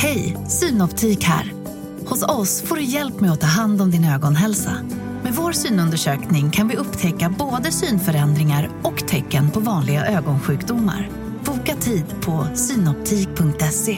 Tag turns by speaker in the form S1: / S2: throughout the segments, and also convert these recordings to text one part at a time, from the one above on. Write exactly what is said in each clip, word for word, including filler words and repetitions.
S1: Hej, Synoptik här. Hos oss får du hjälp med att ta hand om din ögonhälsa. Med vår synundersökning kan vi upptäcka både synförändringar och tecken på vanliga ögonsjukdomar. Boka tid på synoptik punkt se.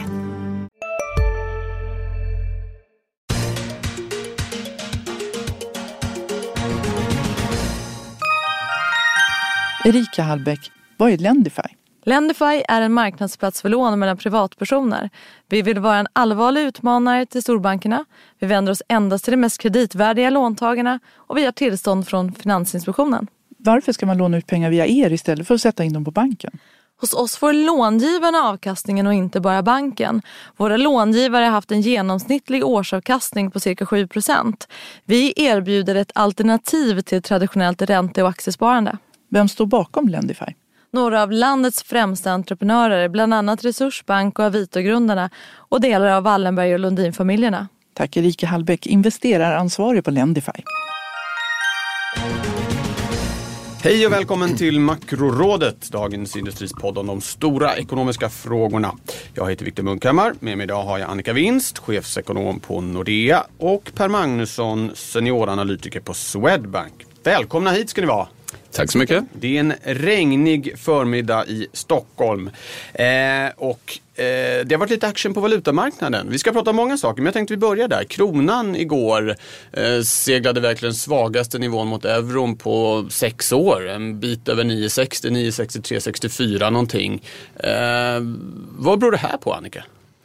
S2: Erika Hallbäck, vad är Lendify?
S3: Lendify är en marknadsplats för lån mellan privatpersoner. Vi vill vara en allvarlig utmanare till storbankerna. Vi vänder oss endast till de mest kreditvärdiga låntagarna och vi har tillstånd från Finansinspektionen.
S2: Varför ska man låna ut pengar via er istället för att sätta in dem på banken?
S3: Hos oss får långivarna avkastningen och inte bara banken. Våra långivare har haft en genomsnittlig årsavkastning på cirka sju procent. Vi erbjuder ett alternativ till traditionellt ränte- och aktiesparande.
S2: Vem står bakom Lendify?
S3: Några av landets främsta entreprenörer, bland annat Resursbank och Avito-grundarna och delar av Wallenberg och Lundin-familjerna.
S2: Tack Erika Hallbäck, investeraransvarig på Lendify.
S4: Hej och välkommen till Makrorådet, dagens industrispodd om de stora ekonomiska frågorna. Jag heter Viktor Munkhammar, med mig idag har jag Annika Winst, chefsekonom på Nordea, och Per Magnusson, senioranalytiker på Swedbank. Välkomna hit ska ni vara.
S5: Tack så mycket.
S4: Det är en regnig förmiddag i Stockholm eh, och eh, det har varit lite action på valutamarknaden. Vi ska prata om många saker, men jag tänkte vi börjar där. Kronan igår eh, seglade verkligen svagaste nivån mot euron på sex år. En bit över nio sextio, nio sextiotre, sextiofyra någonting. Eh, vad beror det här på, Annika?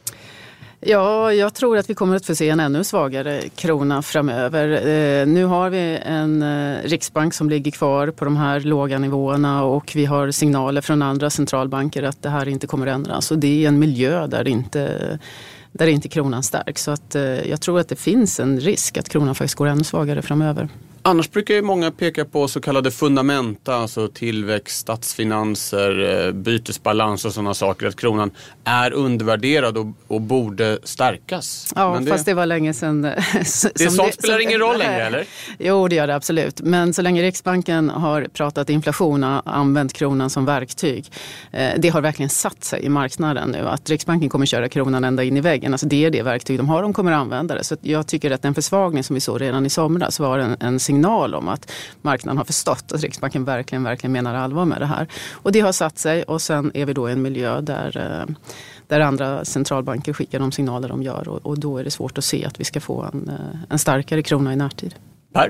S6: Ja, jag tror att vi kommer att få se en ännu svagare krona framöver. Eh, nu har vi en eh, riksbank som ligger kvar på de här låga nivåerna och vi har signaler från andra centralbanker att det här inte kommer att ändras. Och det är en miljö där inte, där inte kronan stärks. Så att, eh, jag tror att det finns en risk att kronan faktiskt går ännu svagare framöver.
S4: Annars brukar ju många peka på så kallade fundamenta, alltså tillväxt, statsfinanser, bytesbalans och sådana saker, att kronan är undervärderad och, och borde stärkas.
S6: Ja,
S4: men det,
S6: fast det var länge sedan.
S4: Det sånt det, spelar som, ingen roll längre, eller?
S6: Jo, det gör det absolut. Men så länge Riksbanken har pratat inflation och använt kronan som verktyg, eh, det har verkligen satt sig i marknaden nu. Att Riksbanken kommer köra kronan ända in i väggen. Alltså det är det verktyg de har, de kommer att använda det. Så jag tycker att den försvagning som vi såg redan i somras var en, en signal om att marknaden har förstått att Riksbanken verkligen, verkligen menar allvar med det här. Och det har satt sig och sen är vi då i en miljö där, där andra centralbanker skickar de signaler de gör och, och då är det svårt att se att vi ska få en, en starkare krona i närtid.
S4: Per?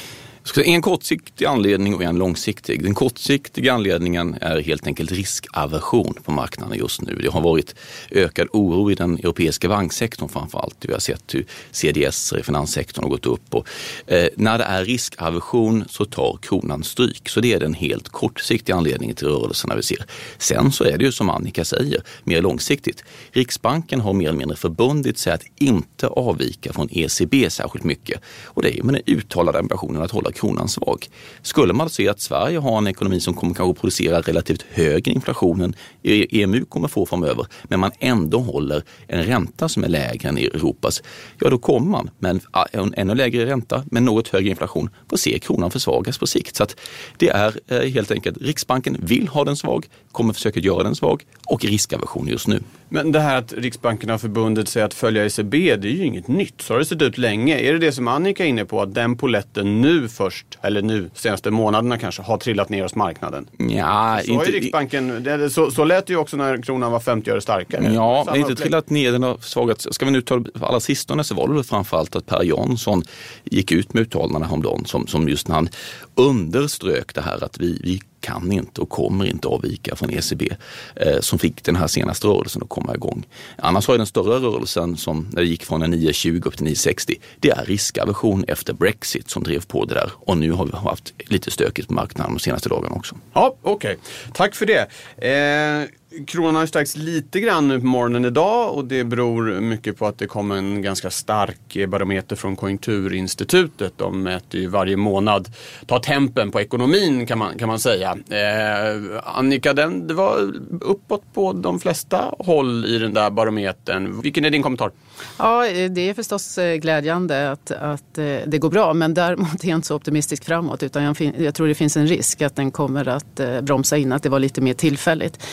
S5: En kortsiktig anledning och en långsiktig. Den kortsiktiga anledningen är helt enkelt riskaversion på marknaden just nu. Det har varit ökad oro i den europeiska banksektorn framförallt. Vi har sett hur C D S i finanssektorn har gått upp. Och, eh, när det är riskaversion så tar kronan stryk. Så det är den helt kortsiktiga anledningen till rörelserna vi ser. Sen så är det ju som Annika säger, mer långsiktigt. Riksbanken har mer eller mindre förbundit sig att inte avvika från E C B särskilt mycket. Och det är med den uttalade ambitionen att hålla kronan svag. Skulle man se att Sverige har en ekonomi som kommer kanske producera relativt högre inflation än E M U kommer få framöver, men man ändå håller en ränta som är lägre än i Europas, ja då kommer man med en, en ännu lägre ränta men något högre inflation får se kronan försvagas på sikt. Så att det är eh, helt enkelt, Riksbanken vill ha den svag, kommer försöka göra den svag och riskaversion just nu.
S4: Men det här att Riksbanken har förbundit sig att följa E C B, det är ju inget nytt. Så har det sett ut länge. Är det det som Annika är inne på, att den poletten nu först, eller nu, senaste månaderna kanske, har trillat ner hos marknaden?
S5: Ja,
S4: så inte, Riksbanken, det, så, så lät det ju också när kronan var femtio öre starkare.
S5: Ja, men inte trillat ner, den har svagats. Ska vi nu ta alla sistone så var det framförallt att Per Jansson gick ut med uttalandena om dem som, som just när han underströk det här att vi, vi kan inte och kommer inte avvika från E C B eh, som fick den här senaste rörelsen att komma igång. Annars har ju den större rörelsen som när det gick från en nio tjugo upp till nio sextio, det är riskaversion efter Brexit som drev på det där och nu har vi haft lite stökigt på marknaden de senaste dagarna också.
S4: Ja, okej. Okay. Tack för det. Eh... Kronan har ju stärkts lite grann nu på morgonen idag och det beror mycket på att det kommer en ganska stark barometer från Konjunkturinstitutet. De mäter ju varje månad, tar tempen på ekonomin kan man, kan man säga. Eh, Annika, den, det var uppåt på de flesta håll i den där barometern. Vilken är din kommentar?
S6: Ja, det är förstås glädjande att, att det går bra, men däremot är jag inte så optimistisk framåt utan jag, jag tror det finns en risk att den kommer att bromsa in, att det var lite mer tillfälligt. Vi hade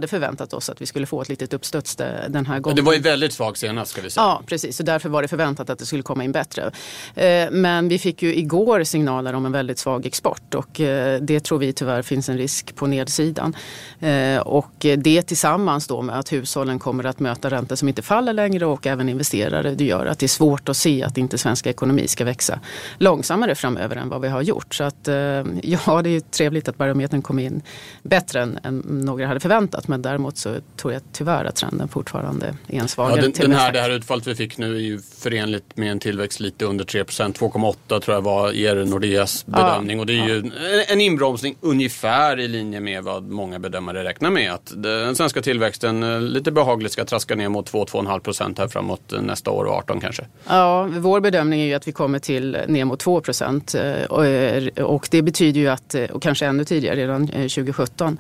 S6: hade förväntat oss att vi skulle få ett litet uppstuds den här gången.
S4: Det var ju väldigt svagt senast, ska vi säga.
S6: Ja, precis. Och därför var det förväntat att det skulle komma in bättre. Men vi fick ju igår signaler om en väldigt svag export och det tror vi tyvärr finns en risk på nedsidan. Och det tillsammans då med att hushållen kommer att möta räntor som inte faller längre och även investerare, det gör att det är svårt att se att inte svenska ekonomi ska växa långsammare framöver än vad vi har gjort. Så att ja, det är ju trevligt att barometern kom in bättre än, än några hade förväntat, men däremot så tror jag tyvärr att trenden fortfarande är en svagare.
S4: Ja, den, den här, det här utfallet vi fick nu är ju förenligt med en tillväxt lite under tre procent, två komma åtta tror jag var er Nordeas bedömning, ja, och det är ja. ju en inbromsning ungefär i linje med vad många bedömare räknar med, att den svenska tillväxten lite behagligt ska traska ner mot två till två komma fem procent här framåt nästa år och arton kanske. Ja,
S6: vår bedömning är ju att vi kommer till ner mot två procent och det betyder ju att, och kanske ännu tidigare redan tjugo sjutton,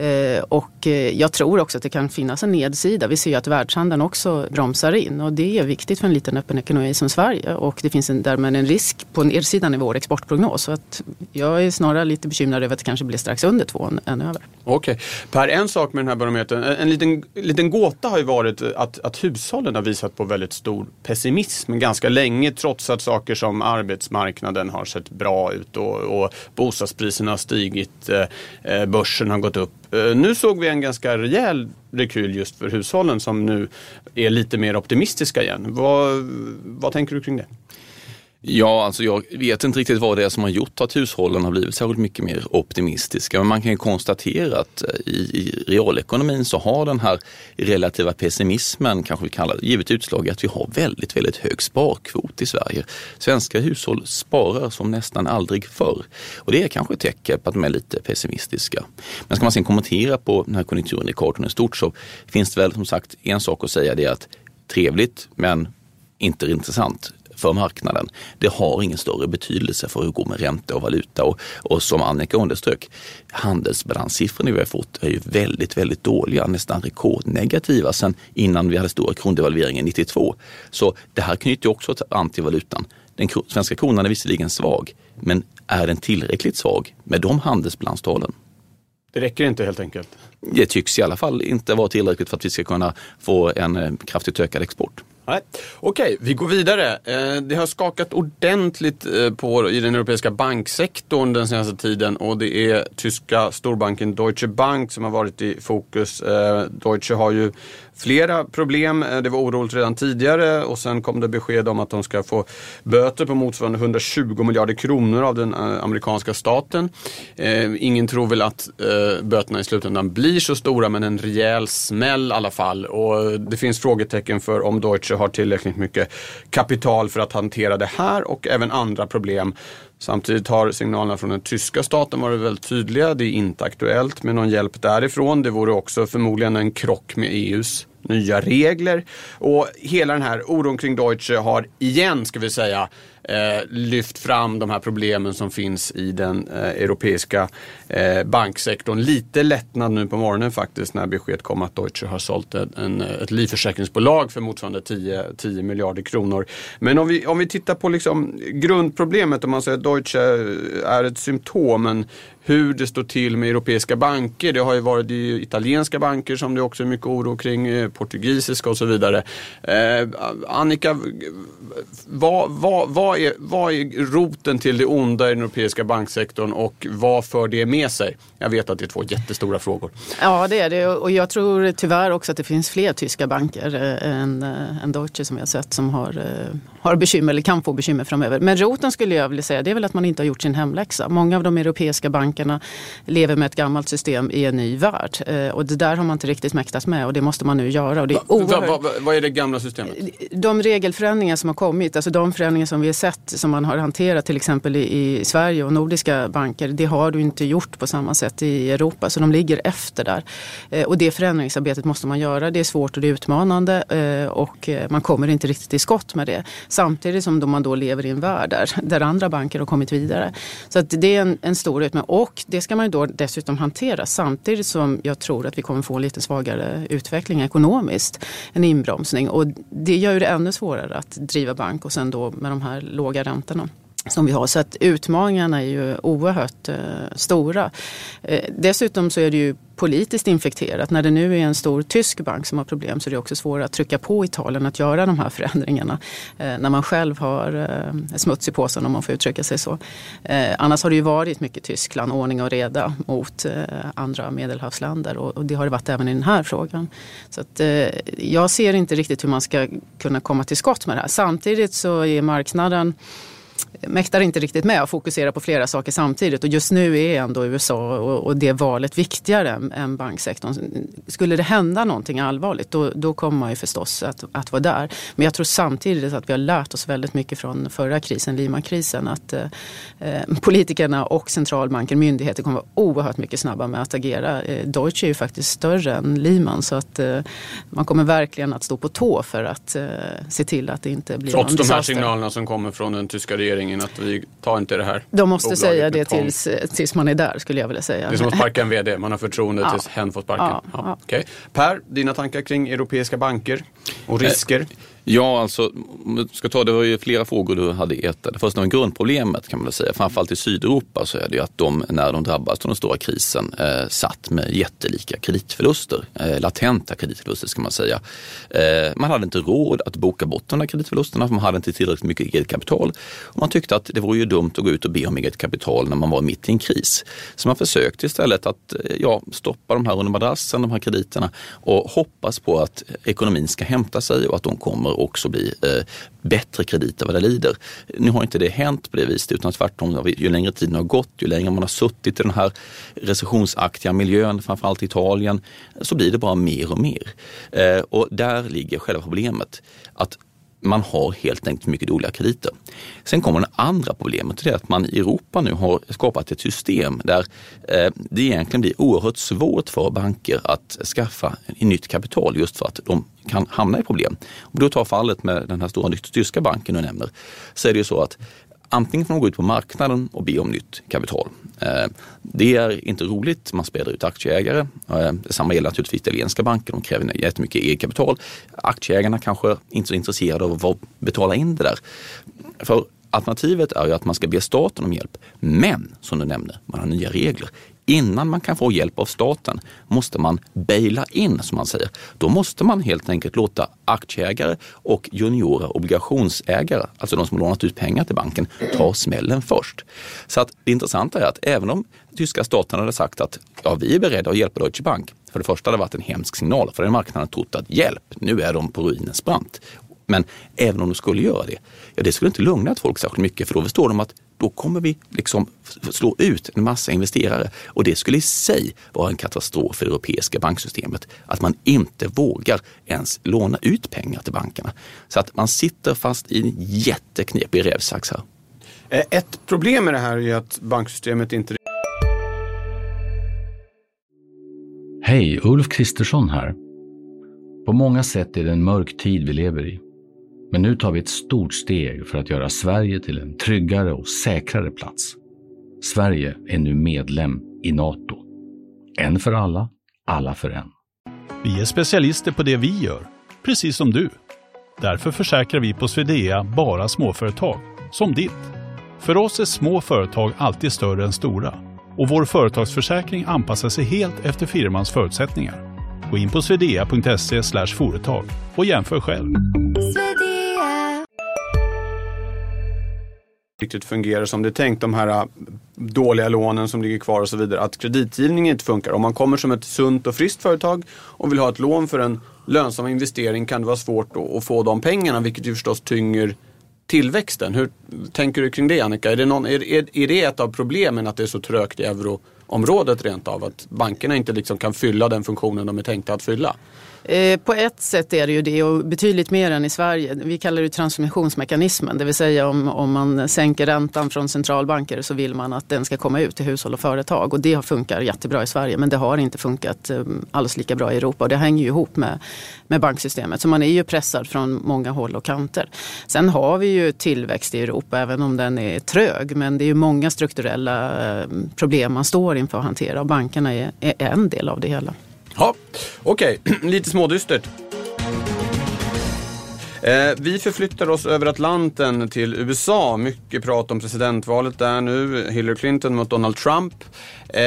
S6: och jag tror också att det kan finnas en nedsida. Vi ser ju att världshandeln också bromsar in och det är viktigt för en liten öppen ekonomi som Sverige, och det finns en, därmed en risk på nedsidan i vår exportprognos, så att jag är snarare lite bekymrad över att det kanske blir strax under två än över.
S4: Okej. Okay. Per, en sak med den här barometern, en liten, liten gåta har ju varit att, att hushållen har visat på väldigt stor pessimism ganska länge, trots att saker som arbetsmarknaden har sett bra ut och, och bostadspriserna har stigit, eh, börsen har gått upp. Eh, nu såg vi en ganska rejäl rekyl just för hushållen som nu är lite mer optimistiska igen. Vad, vad tänker du kring det?
S5: Ja, alltså jag vet inte riktigt vad det är som har gjort att hushållen har blivit särskilt mycket mer optimistiska. Men man kan ju konstatera att i, i realekonomin så har den här relativa pessimismen, kanske vi kallar det, givet utslag i att vi har väldigt, väldigt hög sparkvot i Sverige. Svenska hushåll sparar som nästan aldrig förr. Och det är kanske ett tecken på att de är lite pessimistiska. Men ska man sedan kommentera på den här konjunkturindikatorn i stort, så finns det väl som sagt en sak att säga, det är att trevligt men inte intressant för marknaden. Det har ingen större betydelse för hur det går med ränta och valuta. Och, och som Annika underströk, handelsbalanssiffrorna vi har fått är ju väldigt, väldigt dåliga. Nästan rekordnegativa sen innan vi hade stora krondevalveringen nittiotvå. Så det här knyter ju också till antivalutan. Den svenska kronan är visserligen svag, men är den tillräckligt svag med de handelsbalanstalen?
S4: Det räcker inte helt enkelt.
S5: Det tycks i alla fall inte vara tillräckligt för att vi ska kunna få en kraftigt ökad export.
S4: Nej. Okej, vi går vidare. Det har skakat ordentligt på, i den europeiska banksektorn den senaste tiden, och det är tyska storbanken Deutsche Bank som har varit i fokus. Deutsche har ju flera problem. Det var oroligt redan tidigare och sen kom det besked om att de ska få böter på motsvarande hundratjugo miljarder kronor av den amerikanska staten. Ingen tror väl att böterna i slutändan blir så stora, men en rejäl smäll i alla fall. Och det finns frågetecken för om Deutsche har tillräckligt mycket kapital för att hantera det här och även andra problem. Samtidigt har signalerna från den tyska staten varit väldigt tydliga. Det är inte aktuellt med någon hjälp därifrån. Det vore också förmodligen en krock med E U:s nya regler. Och hela den här oron kring Deutsche har igen, ska vi säga, eh, lyft fram de här problemen som finns i den eh, europeiska eh, banksektorn. Lite lättnad nu på morgonen faktiskt när besked kom att Deutsche har sålt en, en, ett livförsäkringsbolag för motsvarande tio miljarder kronor. Men om vi, om vi tittar på liksom grundproblemet, om man säger att Deutsche är ett symptom, men hur det står till med europeiska banker. Det har ju varit i italienska banker som det också är mycket oro kring, portugisiska och så vidare. Eh, Annika, vad, vad, vad, är, vad är roten till det onda i den europeiska banksektorn och vad för det med sig? Jag vet att det är två jättestora frågor.
S6: Ja, det är det, och jag tror tyvärr också att det finns fler tyska banker än, än Deutsche som vi har sett som har, har bekymmer eller kan få bekymmer framöver. Men roten skulle jag vilja säga, det är väl att man inte har gjort sin hemläxa. Många av de europeiska bankerna lever med ett gammalt system i en ny värld. Och det där har man inte riktigt mäktat med och det måste man nu göra. Och det är oerhört...
S4: va, va, vad är det gamla systemet?
S6: De regelförändringar som har kommit, alltså de förändringar som vi har sett som man har hanterat till exempel i, i Sverige och nordiska banker, det har du inte gjort på samma sätt i Europa. Så de ligger efter där. Och det förändringsarbetet måste man göra. Det är svårt och det är utmanande och man kommer inte riktigt i skott med det. Samtidigt som man då lever i en värld där, där andra banker har kommit vidare. Så att det är en, en stor utmaning. Och det ska man ju då dessutom hantera samtidigt som jag tror att vi kommer få en lite svagare utveckling ekonomiskt. En inbromsning. Och det gör ju det ännu svårare att driva bank och sen då med de här låga räntorna. som vi har. Så att utmaningarna är ju oerhört eh, stora. Eh, dessutom så är det ju politiskt infekterat. När det nu är en stor tysk bank som har problem så är det också svårt att trycka på Italien att göra de här förändringarna. Eh, när man själv har eh, smuts i påsen, om man får uttrycka sig så. Eh, annars har det ju varit mycket Tyskland, ordning och reda mot eh, andra medelhavsländer. Och, och det har det varit även i den här frågan. Så att, eh, jag ser inte riktigt hur man ska kunna komma till skott med det här. Samtidigt så är marknaden mäktar inte riktigt med att fokusera på flera saker samtidigt. Och just nu är ändå U S A och, och det valet viktigare än, än banksektorn. Skulle det hända någonting allvarligt, då, då kommer man ju förstås att, att vara där. Men jag tror samtidigt att vi har lärt oss väldigt mycket från förra krisen, Lehman-krisen, att eh, politikerna och centralbanker, myndigheter kommer vara oerhört mycket snabba med att agera. Eh, Deutsche är ju faktiskt större än Lehman, så att eh, man kommer verkligen att stå på tå för att eh, se till att det inte blir
S4: Trots
S6: någon
S4: de här
S6: disaster.
S4: signalerna som kommer från den tyska regeringen att vi tar inte det här.
S6: De måste säga det tills, tills man är där, skulle jag vilja säga.
S4: Det är som att sparka en vd, man har förtroende
S6: ja.
S4: tills hen får sparken.
S6: Ja,
S4: ja.
S6: ja.
S4: Okay. Per, dina tankar kring europeiska banker och risker?
S5: Ja, alltså, ska ta, det var ju flera frågor du hade i ett. Det första är grundproblemet kan man väl säga. Framförallt i Sydeuropa så är det ju att de, när de drabbas av den stora krisen, eh, satt med jättelika kreditförluster. Eh, latenta kreditförluster ska man säga. Eh, man hade inte råd att boka bort de här kreditförlusterna för man hade inte tillräckligt mycket eget kapital. Och man tyckte att det var ju dumt att gå ut och be om eget kapital när man var mitt i en kris. Så man försökte istället att ja, stoppa de här under madrassen, de här krediterna, och hoppas på att ekonomin ska hämta sig och att de kommer också bli eh, bättre krediter vad det lider. Nu har inte det hänt på det viset, utan tvärtom, ju längre tiden har gått, ju längre man har suttit i den här recessionsaktiga miljön, framförallt i Italien, så blir det bara mer och mer. Eh, och där ligger själva problemet, att man har helt enkelt mycket dåliga krediter. Sen kommer det andra problemet, det är att man i Europa nu har skapat ett system där eh, det egentligen blir oerhört svårt för banker att skaffa en nytt kapital just för att de kan hamna i problem. Om du tar fallet med den här stora tyska banken du nämner, så är det ju så att antingen får man gå ut på marknaden och be om nytt kapital. Det är inte roligt, man spelar ut aktieägare. Detsamma gäller naturligtvis italienska banker, de kräver jättemycket eget kapital. Aktieägarna kanske inte är så intresserade av att betala in det där. För alternativet är ju att man ska be staten om hjälp. Men, som du nämnde, man har nya regler. Innan man kan få hjälp av staten måste man baila in, som man säger. Då måste man helt enkelt låta aktieägare och juniora obligationsägare, alltså de som har lånat ut pengar till banken, ta smällen först. Så att det intressanta är att även om tyska staten hade sagt att ja, vi är beredda att hjälpa Deutsche Bank, för det första hade det varit en hemsk signal, för den marknaden trott att hjälp, nu är de på ruinens brant. Men även om de skulle göra det, ja, det skulle inte lugna ett folk särskilt mycket, för då förstår de att då kommer vi liksom slå ut en massa investerare. Och det skulle i sig vara en katastrof för det europeiska banksystemet. Att man inte vågar ens låna ut pengar till bankerna. Så att man sitter fast i en jätteknepig rävsax här.
S4: Ett problem med det här är att banksystemet inte...
S7: Hej, Ulf Kristersson här. På många sätt är det en mörk tid vi lever i. Men nu tar vi ett stort steg för att göra Sverige till en tryggare och säkrare plats. Sverige är nu medlem i NATO. En för alla, alla för en.
S8: Vi är specialister på det vi gör, precis som du. Därför försäkrar vi på Swedea bara småföretag, som ditt. För oss är små företag alltid större än stora. Och vår företagsförsäkring anpassar sig helt efter firmans förutsättningar. Gå in på swedea punkt se slash företag och jämför själv.
S4: Riktigt fungerar som det är tänkt, de här dåliga lånen som ligger kvar och så vidare, att kreditgivningen inte funkar. Om man kommer som ett sunt och friskt företag och vill ha ett lån för en lönsam investering, kan det vara svårt att få de pengarna, vilket ju förstås tynger tillväxten. Hur tänker du kring det, Annika? Är det, någon, är, är, är det ett av problemen att det är så trögt i euroområdet rent av, att bankerna inte liksom kan fylla den funktionen de är tänkta att fylla?
S6: På ett sätt är det ju det, och betydligt mer än i Sverige. Vi kallar det transmissionsmekanismen, det vill säga om, om man sänker räntan från centralbanker så vill man att den ska komma ut till hushåll och företag, och det funkar jättebra i Sverige, men det har inte funkat alls lika bra i Europa, och det hänger ju ihop med, med banksystemet, så man är ju pressad från många håll och kanter. Sen har vi ju tillväxt i Europa, även om den är trög, men det är ju många strukturella problem man står inför att hantera, och bankerna är, är en del av det hela.
S4: Ja, okej. Okay. Lite smådystert. Eh, vi förflyttar oss över Atlanten till U S A. Mycket prat om presidentvalet där nu. Hillary Clinton mot Donald Trump. Eh,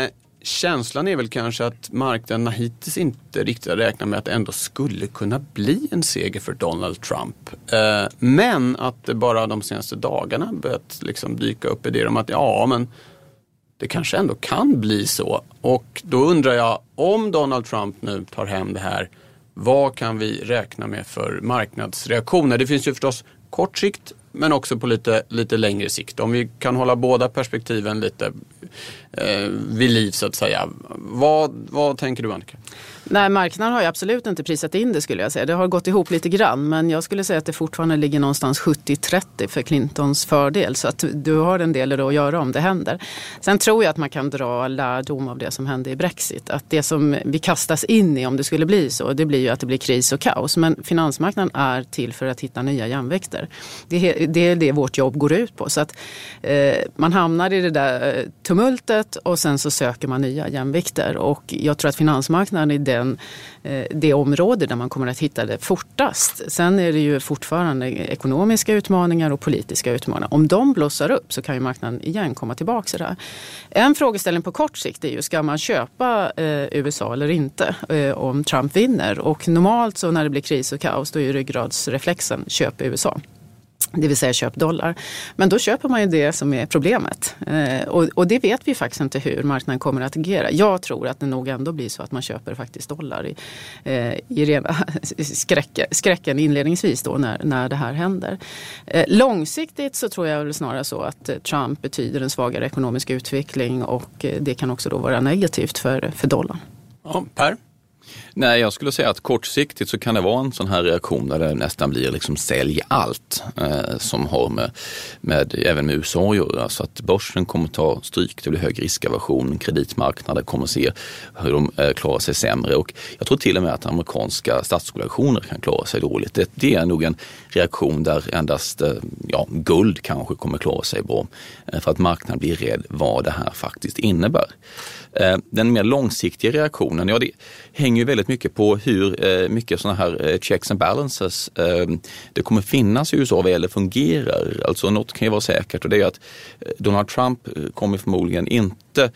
S4: känslan är väl kanske att marknaderna hittills inte riktigt räknar med att det ändå skulle kunna bli en seger för Donald Trump. Eh, men att det bara de senaste dagarna börjat liksom dyka upp idéer om att ja, men det kanske ändå kan bli så. Och då undrar jag, om Donald Trump nu tar hem det här, vad kan vi räkna med för marknadsreaktioner? Det finns ju förstås kort sikt, men också på lite, lite längre sikt. Om vi kan hålla båda perspektiven lite eh, vid liv så att säga. Vad, vad tänker du, Annika?
S6: Nej, marknaden har ju absolut inte prisat in det, skulle jag säga. Det har gått ihop lite grann, men jag skulle säga att det fortfarande ligger någonstans sjuttio trettio för Clintons fördel. Så att du har en del att göra om det händer. Sen tror jag att man kan dra lärdom av det som hände i Brexit. Att det som vi kastas in i, om det skulle bli så, det blir ju att det blir kris och kaos. Men finansmarknaden är till för att hitta nya jämvikter. Det är det, är det vårt jobb går ut på. Så att eh, man hamnar i det där tumultet och sen så söker man nya jämvikter. Och jag tror att finansmarknaden är det Den, det område där man kommer att hitta det fortast. Sen är det ju fortfarande ekonomiska utmaningar och politiska utmaningar. Om de blossar upp så kan ju marknaden igen komma tillbaka till det här. En frågeställning på kort sikt är ju, ska man köpa eh, U S A eller inte eh, om Trump vinner? Och normalt så när det blir kris och kaos, då är ju ryggradsreflexen köp U S A. Det vill säga köp dollar. Men då köper man ju det som är problemet. Eh, och, och det vet vi faktiskt inte hur marknaden kommer att agera. Jag tror att det nog ändå blir så att man köper faktiskt dollar i, eh, i rena skräck, skräcken inledningsvis då när, när det här händer. Eh, långsiktigt så tror jag väl snarare så att eh, Trump betyder en svagare ekonomisk utveckling och eh, det kan också då vara negativt för, för dollarn.
S4: Ja, Per?
S5: Nej, jag skulle säga att kortsiktigt så kan det vara en sån här reaktion där det nästan blir liksom sälj allt eh, som har med, med, även med U S A att göra. Så att börsen kommer ta stryk, det blir hög riskaversion, kreditmarknader kommer se hur de eh, klarar sig sämre. Och jag tror till och med att amerikanska statsobligationer kan klara sig dåligt. Det, det är nog en reaktion där endast eh, ja, guld kanske kommer klara sig bra. Eh, för att marknaden blir rädd vad det här faktiskt innebär. Den mer långsiktiga reaktionen, ja det hänger ju väldigt mycket på hur mycket sådana här checks and balances det kommer finnas i U S A eller fungerar. Alltså något kan ju vara säkert och det är att Donald Trump kommer förmodligen inte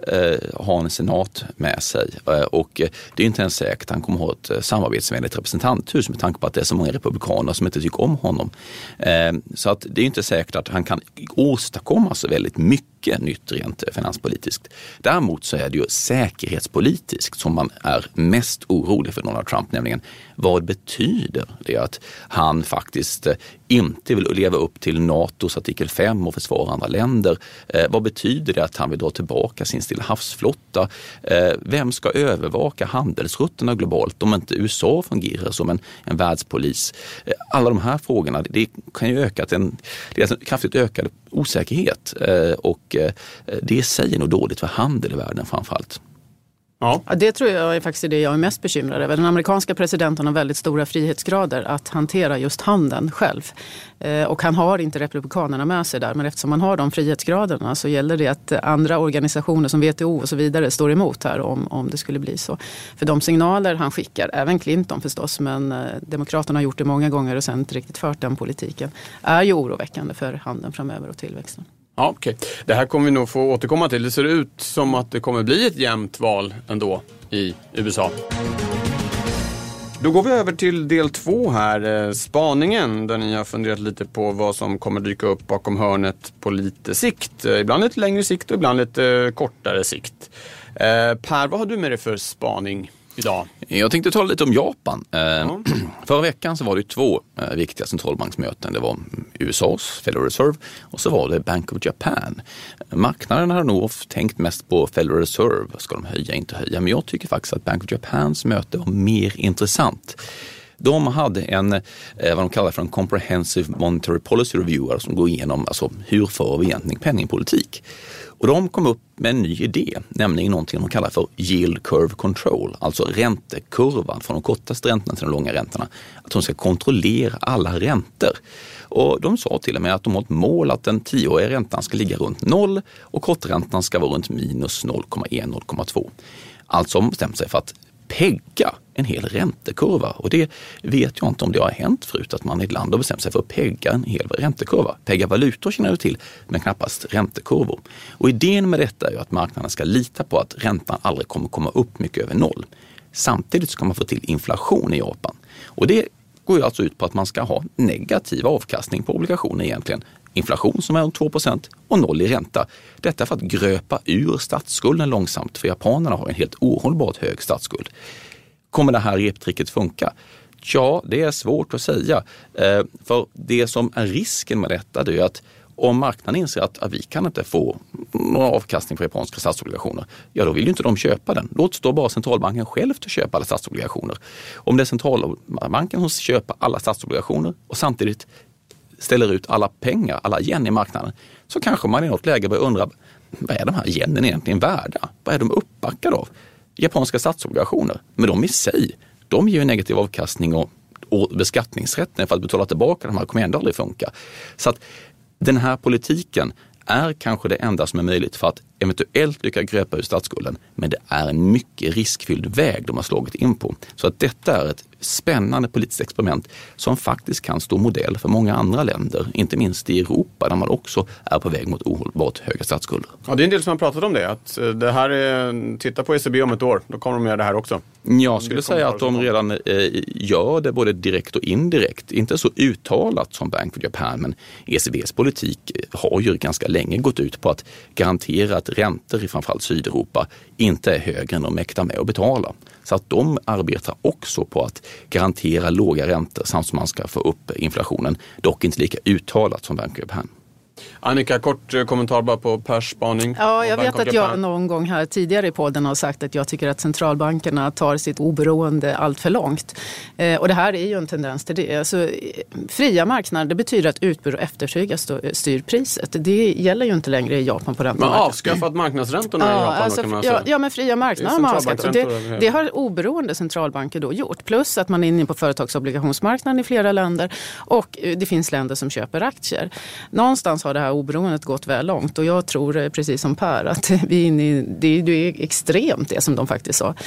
S5: ha en senat med sig och det är inte ens säkert att han kommer ha ett samarbetsvänligt representanthus med tanke på att det är så många republikaner som inte tycker om honom. Så att det är inte säkert att han kan åstadkomma så väldigt mycket nytt rent finanspolitiskt. Däremot så är det ju säkerhetspolitiskt som man är mest orolig för Donald Trump, nämligen vad betyder det att han faktiskt inte vill leva upp till NATOs artikel fem och försvara andra länder? Eh, vad betyder det att han vill dra tillbaka sin Stilla havsflotta? Eh, vem ska övervaka handelsrutterna globalt om inte U S A fungerar som en, en världspolis? Eh, alla de här frågorna, det kan ju öka till en, det är en kraftigt ökad osäkerhet eh, och eh, det säger nog dåligt för handel i världen framförallt.
S6: Ja. Ja, det tror jag är faktiskt det jag är mest bekymrad över. Den amerikanska presidenten har väldigt stora frihetsgrader att hantera just handeln själv. Eh, och han har inte republikanerna med sig där. Men eftersom man har de frihetsgraderna så gäller det att andra organisationer som W T O och så vidare står emot här om, om det skulle bli så. För de signaler han skickar, även Clinton förstås, men eh, demokraterna har gjort det många gånger och sen inte riktigt fört den politiken, är ju oroväckande för handeln framöver och tillväxten.
S4: Ja, okej. Okay. Det här kommer vi nog få återkomma till. Det ser ut som att det kommer bli ett jämnt val ändå i U S A. Då går vi över till del två här, spaningen, där ni har funderat lite på vad som kommer dyka upp bakom hörnet på lite sikt. Ibland lite längre sikt och ibland lite kortare sikt. Eh, Per, vad har du med dig för spaning idag?
S5: Jag tänkte tala lite om Japan. Mm. Förra veckan så var det två viktiga centralbanksmöten. Det var U S A:s Federal Reserve och så var det Bank of Japan. Marknaden har nog tänkt mest på Federal Reserve. Ska de höja, inte höja? Men jag tycker faktiskt att Bank of Japans möte var mer intressant. De hade en, vad de kallar för en Comprehensive Monetary Policy Review som går igenom alltså, hur för vi egentligen penningpolitik. Och de kom upp med en ny idé, nämligen någonting de kallar för yield curve control, alltså räntekurvan från de kortaste räntorna till de långa räntorna. Att de ska kontrollera alla räntor. Och de sa till och med att de har ett mål att den tioåriga räntan ska ligga runt noll och korträntan ska vara runt minus noll komma ett till noll komma två. Alltså har de bestämt sig för att pegga en hel räntekurva. Och det vet jag inte om det har hänt förut att man i ett land har bestämt sig för att pegga en hel räntekurva. Pegga valutor känner du till, men knappast räntekurvor. Och idén med detta är ju att marknaden ska lita på att räntan aldrig kommer komma upp mycket över noll. Samtidigt ska man få till inflation i Japan. Och det går ju alltså ut på att man ska ha negativ avkastning på obligationer egentligen. Inflation som är om två procent och noll i ränta. Detta för att gröpa ur statsskulden långsamt, för japanerna har en helt ohållbart hög statsskuld. Kommer det här reptricket funka? Ja, det är svårt att säga. Eh, för det som är risken med detta det är att om marknaden inser att, att vi kan inte få någon avkastning på japanska statsobligationer, ja då vill ju inte de köpa den. Låt stå bara centralbanken själv att köpa alla statsobligationer. Om det är centralbanken som köper alla statsobligationer och samtidigt ställer ut alla pengar, alla yen i marknaden, så kanske man i något läge börjar undra, vad är de här yenen egentligen värda? Vad är de uppbackade av? Japanska statsobligationer, men de i sig, de ger ju negativ avkastning och, och beskattningsrätten för att betala tillbaka de här kommer ändå aldrig funka. Så att den här politiken är kanske det enda som är möjligt för att eventuellt lyckas gröpa ur statsskulden, men det är en mycket riskfylld väg de har slagit in på. Så att detta är ett spännande politiskt experiment som faktiskt kan stå modell för många andra länder, inte minst i Europa där man också är på väg mot ohållbart höga statsskulder.
S4: Ja, det är en del som har pratat om det, att det här är, titta på E C B om ett år, då kommer de göra det här också.
S5: Jag skulle säga att de redan eh, gör det både direkt och indirekt. Inte så uttalat som Bank of Japan, men E C B:s politik har ju ganska länge gått ut på att garantera att räntor i framförallt Sydeuropa inte är högre än de mäktar med att betala. Så att de arbetar också på att garantera låga räntor samt som man ska få upp inflationen. Dock inte lika uttalat som Bank of Japan.
S4: Annika, kort kommentar bara på Pers spaning.
S6: Ja, jag vet att jag någon gång här tidigare i podden har sagt att jag tycker att centralbankerna tar sitt oberoende allt för långt. Eh, och det här är ju en tendens till det. Alltså, fria marknader, det betyder att utbud och efterfrågan styr priset. Det gäller ju inte längre i Japan på den
S4: marknaden. Man avskaffat marknadsräntorna
S6: ja,
S4: i Japan
S6: alltså,
S4: då, kan man
S6: ja,
S4: säga.
S6: ja, men fria marknader har man avskaffat. Det, det har oberoende centralbanker då gjort. Plus att man är inne på företagsobligationsmarknaden i flera länder och det finns länder som köper aktier. Någonstans har det här oberoendet gått väl långt och jag tror precis som Per att vi är inne i, det, det är extremt det som de faktiskt sa.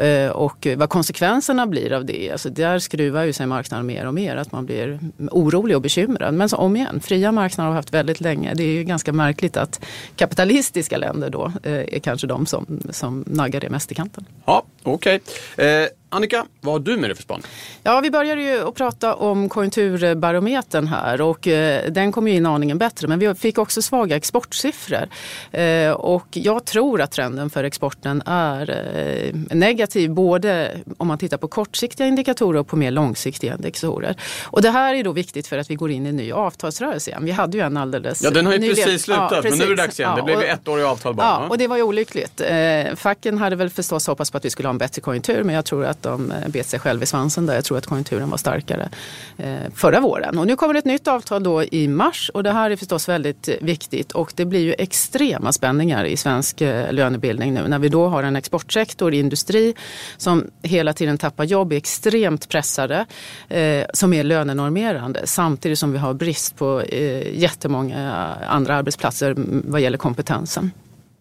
S6: Och vad konsekvenserna blir av det, alltså där skruvar ju sig marknaden mer och mer, att man blir orolig och bekymrad. Men så om igen, fria marknader har haft väldigt länge. Det är ju ganska märkligt att kapitalistiska länder då är kanske de som, som naggar det mest i kanten.
S4: Ja, okej. Okay. Eh, Annika, vad har du med dig för span?
S6: Ja, vi började ju att prata om konjunkturbarometern här och eh, den kom ju in aningen bättre, men vi fick också svaga exportsiffror. Eh, och jag tror att trenden för exporten är eh, negativ både om man tittar på kortsiktiga indikatorer och på mer långsiktiga indikatorer. Och det här är då viktigt för att vi går in i en ny avtalsrörelse igen. Vi hade ju en alldeles...
S4: Ja, den har ju
S6: nyligen,
S4: precis slutat, ja, precis. Men nu är det dags igen. Ja, det blev ju ett år i avtal bara.
S6: Ja, och det var ju olyckligt. Eh, facken hade väl förstås hoppats på att vi skulle ha en bättre konjunktur, men jag tror att de bet sig själv i svansen där. Jag tror att konjunkturen var starkare eh, förra våren. Och nu kommer det ett nytt avtal då i mars och det här är förstås väldigt viktigt och det blir ju extrema spänningar i svensk eh, lönebildning nu när vi då har en exportsektor i industri som hela tiden tappar jobb, är extremt pressade, eh, som är lönenormerande samtidigt som vi har brist på eh, jättemånga andra arbetsplatser vad gäller kompetensen.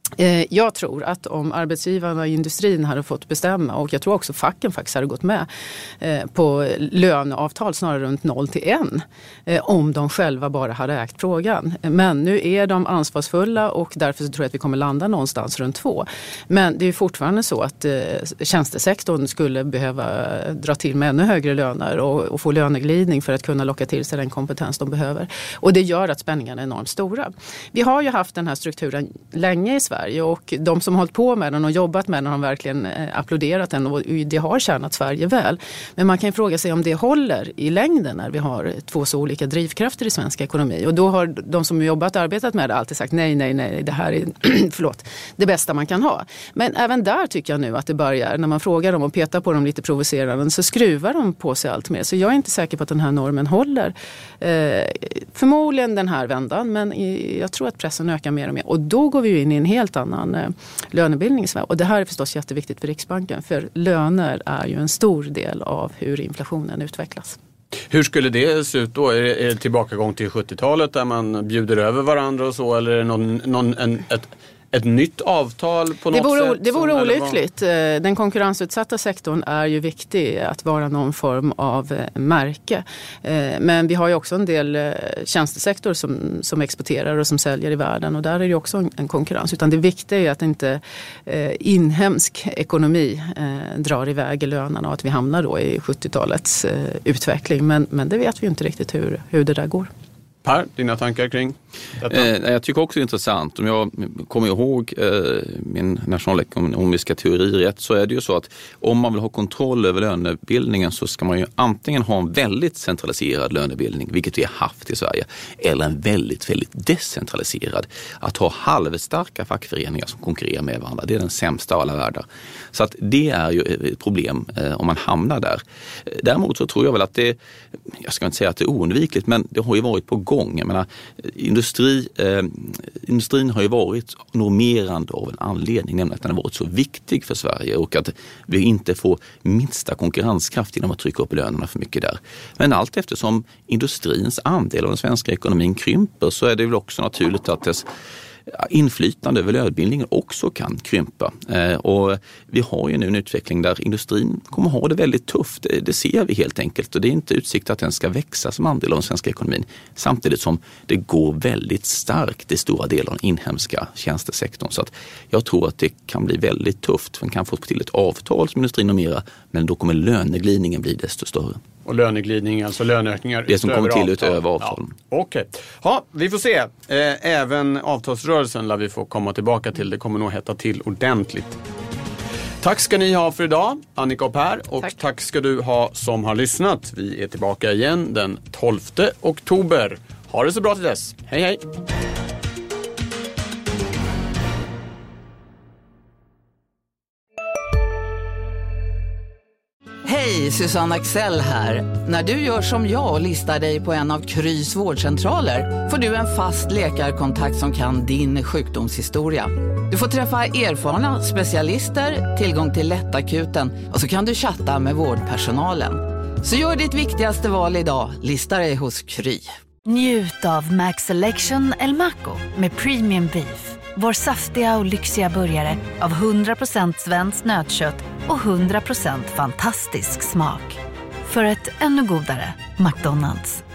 S6: Jag tror att om arbetsgivarna i industrin hade fått bestämma och jag tror också facken faktiskt hade gått med på löneavtal snarare runt noll till en om de själva bara hade ägt frågan. Men nu är de ansvarsfulla och därför så tror jag att vi kommer landa någonstans runt två. Men det är fortfarande så att tjänstesektorn skulle behöva dra till med ännu högre löner och, och få löneglidning för att kunna locka till sig den kompetens de behöver. Och det gör att spänningarna är enormt stora. Vi har ju haft den här strukturen länge i Sverige och de som har hållit på med den och jobbat med den har verkligen applåderat den och det har tjänat Sverige väl. Men man kan ju fråga sig om det håller i längden när vi har två så olika drivkrafter i svensk ekonomi. Och då har de som jobbat och arbetat med det alltid sagt nej, nej, nej, det här är förlåt, det bästa man kan ha. Men även där tycker jag nu att det börjar, när man frågar dem och petar på dem lite provocerande så skruvar de på sig allt mer. Så jag är inte säker på att den här normen håller. Eh, förmodligen den här vändan, men jag tror att pressen ökar mer och mer. Och då går vi ju in i en helt annan eh, lönebildning. Och det här är förstås jätteviktigt för Riksbanken. För löner är ju en stor del av hur inflationen utvecklas.
S4: Hur skulle det se ut då? Är det, är det tillbakagång till sjuttiotalet där man bjuder över varandra och så? Eller är det någon, någon, en, ett, ett nytt avtal på något
S6: det vore,
S4: sätt?
S6: Det vore
S4: som,
S6: olyckligt. Den konkurrensutsatta sektorn är ju viktig att vara någon form av märke. Men vi har ju också en del tjänstesektor som, som exporterar och som säljer i världen, och där är det ju också en konkurrens. Utan det viktiga är att inte inhemsk ekonomi drar iväg i lönerna och att vi hamnar då i sjuttiotalets utveckling. Men, men det vet vi ju inte riktigt hur, hur det där går.
S4: Per, dina tankar kring detta?
S5: Eh, jag tycker också det är intressant. Om jag kommer ihåg eh, min nationalekonomiska teori rätt, så är det ju så att om man vill ha kontroll över lönebildningen så ska man ju antingen ha en väldigt centraliserad lönebildning, vilket vi har haft i Sverige, eller en väldigt, väldigt decentraliserad. Att ha halvstarka fackföreningar som konkurrerar med varandra, det är den sämsta av alla världar. Så att det är ju ett problem eh, om man hamnar där. Däremot så tror jag väl att det, jag ska inte säga att det är oundvikligt, men det har ju varit på gång. Jag menar, industri, eh, industrin har ju varit normerande av en anledning, nämligen att den har varit så viktig för Sverige och att vi inte får minsta konkurrenskraft genom att trycka upp lönerna för mycket där. Men allt eftersom industrins andel av den svenska ekonomin krymper så är det väl också naturligt att dess inflytande över lönebildningen också kan krympa. Eh, och vi har ju nu en utveckling där industrin kommer ha det väldigt tufft. Det, det ser vi helt enkelt, och det är inte utsikt att den ska växa som andel av den svenska ekonomin. Samtidigt som det går väldigt starkt i stora delar av den inhemska tjänstesektorn. Så att jag tror att det kan bli väldigt tufft. Man kan få till ett avtal som industrin normerar, men då kommer löneglidningen bli desto större.
S4: Och löneglidning, alltså löneökningar
S5: det som kommer till
S4: avtal.
S5: utöver avtal.
S4: Ja, Okej. Okay. Ja, vi får se. Eh, även avtalsrörelsen lär vi få komma tillbaka till. Det kommer nog hetta till ordentligt. Tack ska ni ha för idag, Annika och Per. Och tack. tack ska du ha som har lyssnat. Vi är tillbaka igen den tolfte oktober. Ha det så bra till dess. Hej hej!
S9: Hej, Susanne Axel här. När du gör som jag och listar dig på en av Krys vårdcentraler får du en fast läkarkontakt som kan din sjukdomshistoria. Du får träffa erfarna specialister, tillgång till lättakuten och så kan du chatta med vårdpersonalen. Så gör ditt viktigaste val idag, lista dig hos Kry.
S1: Njut av Max Selection El Maco med Premium Beef. Vår saftiga och lyxiga burgare av hundra procent svenskt nötkött och hundra procent fantastisk smak. För ett ännu godare McDonald's.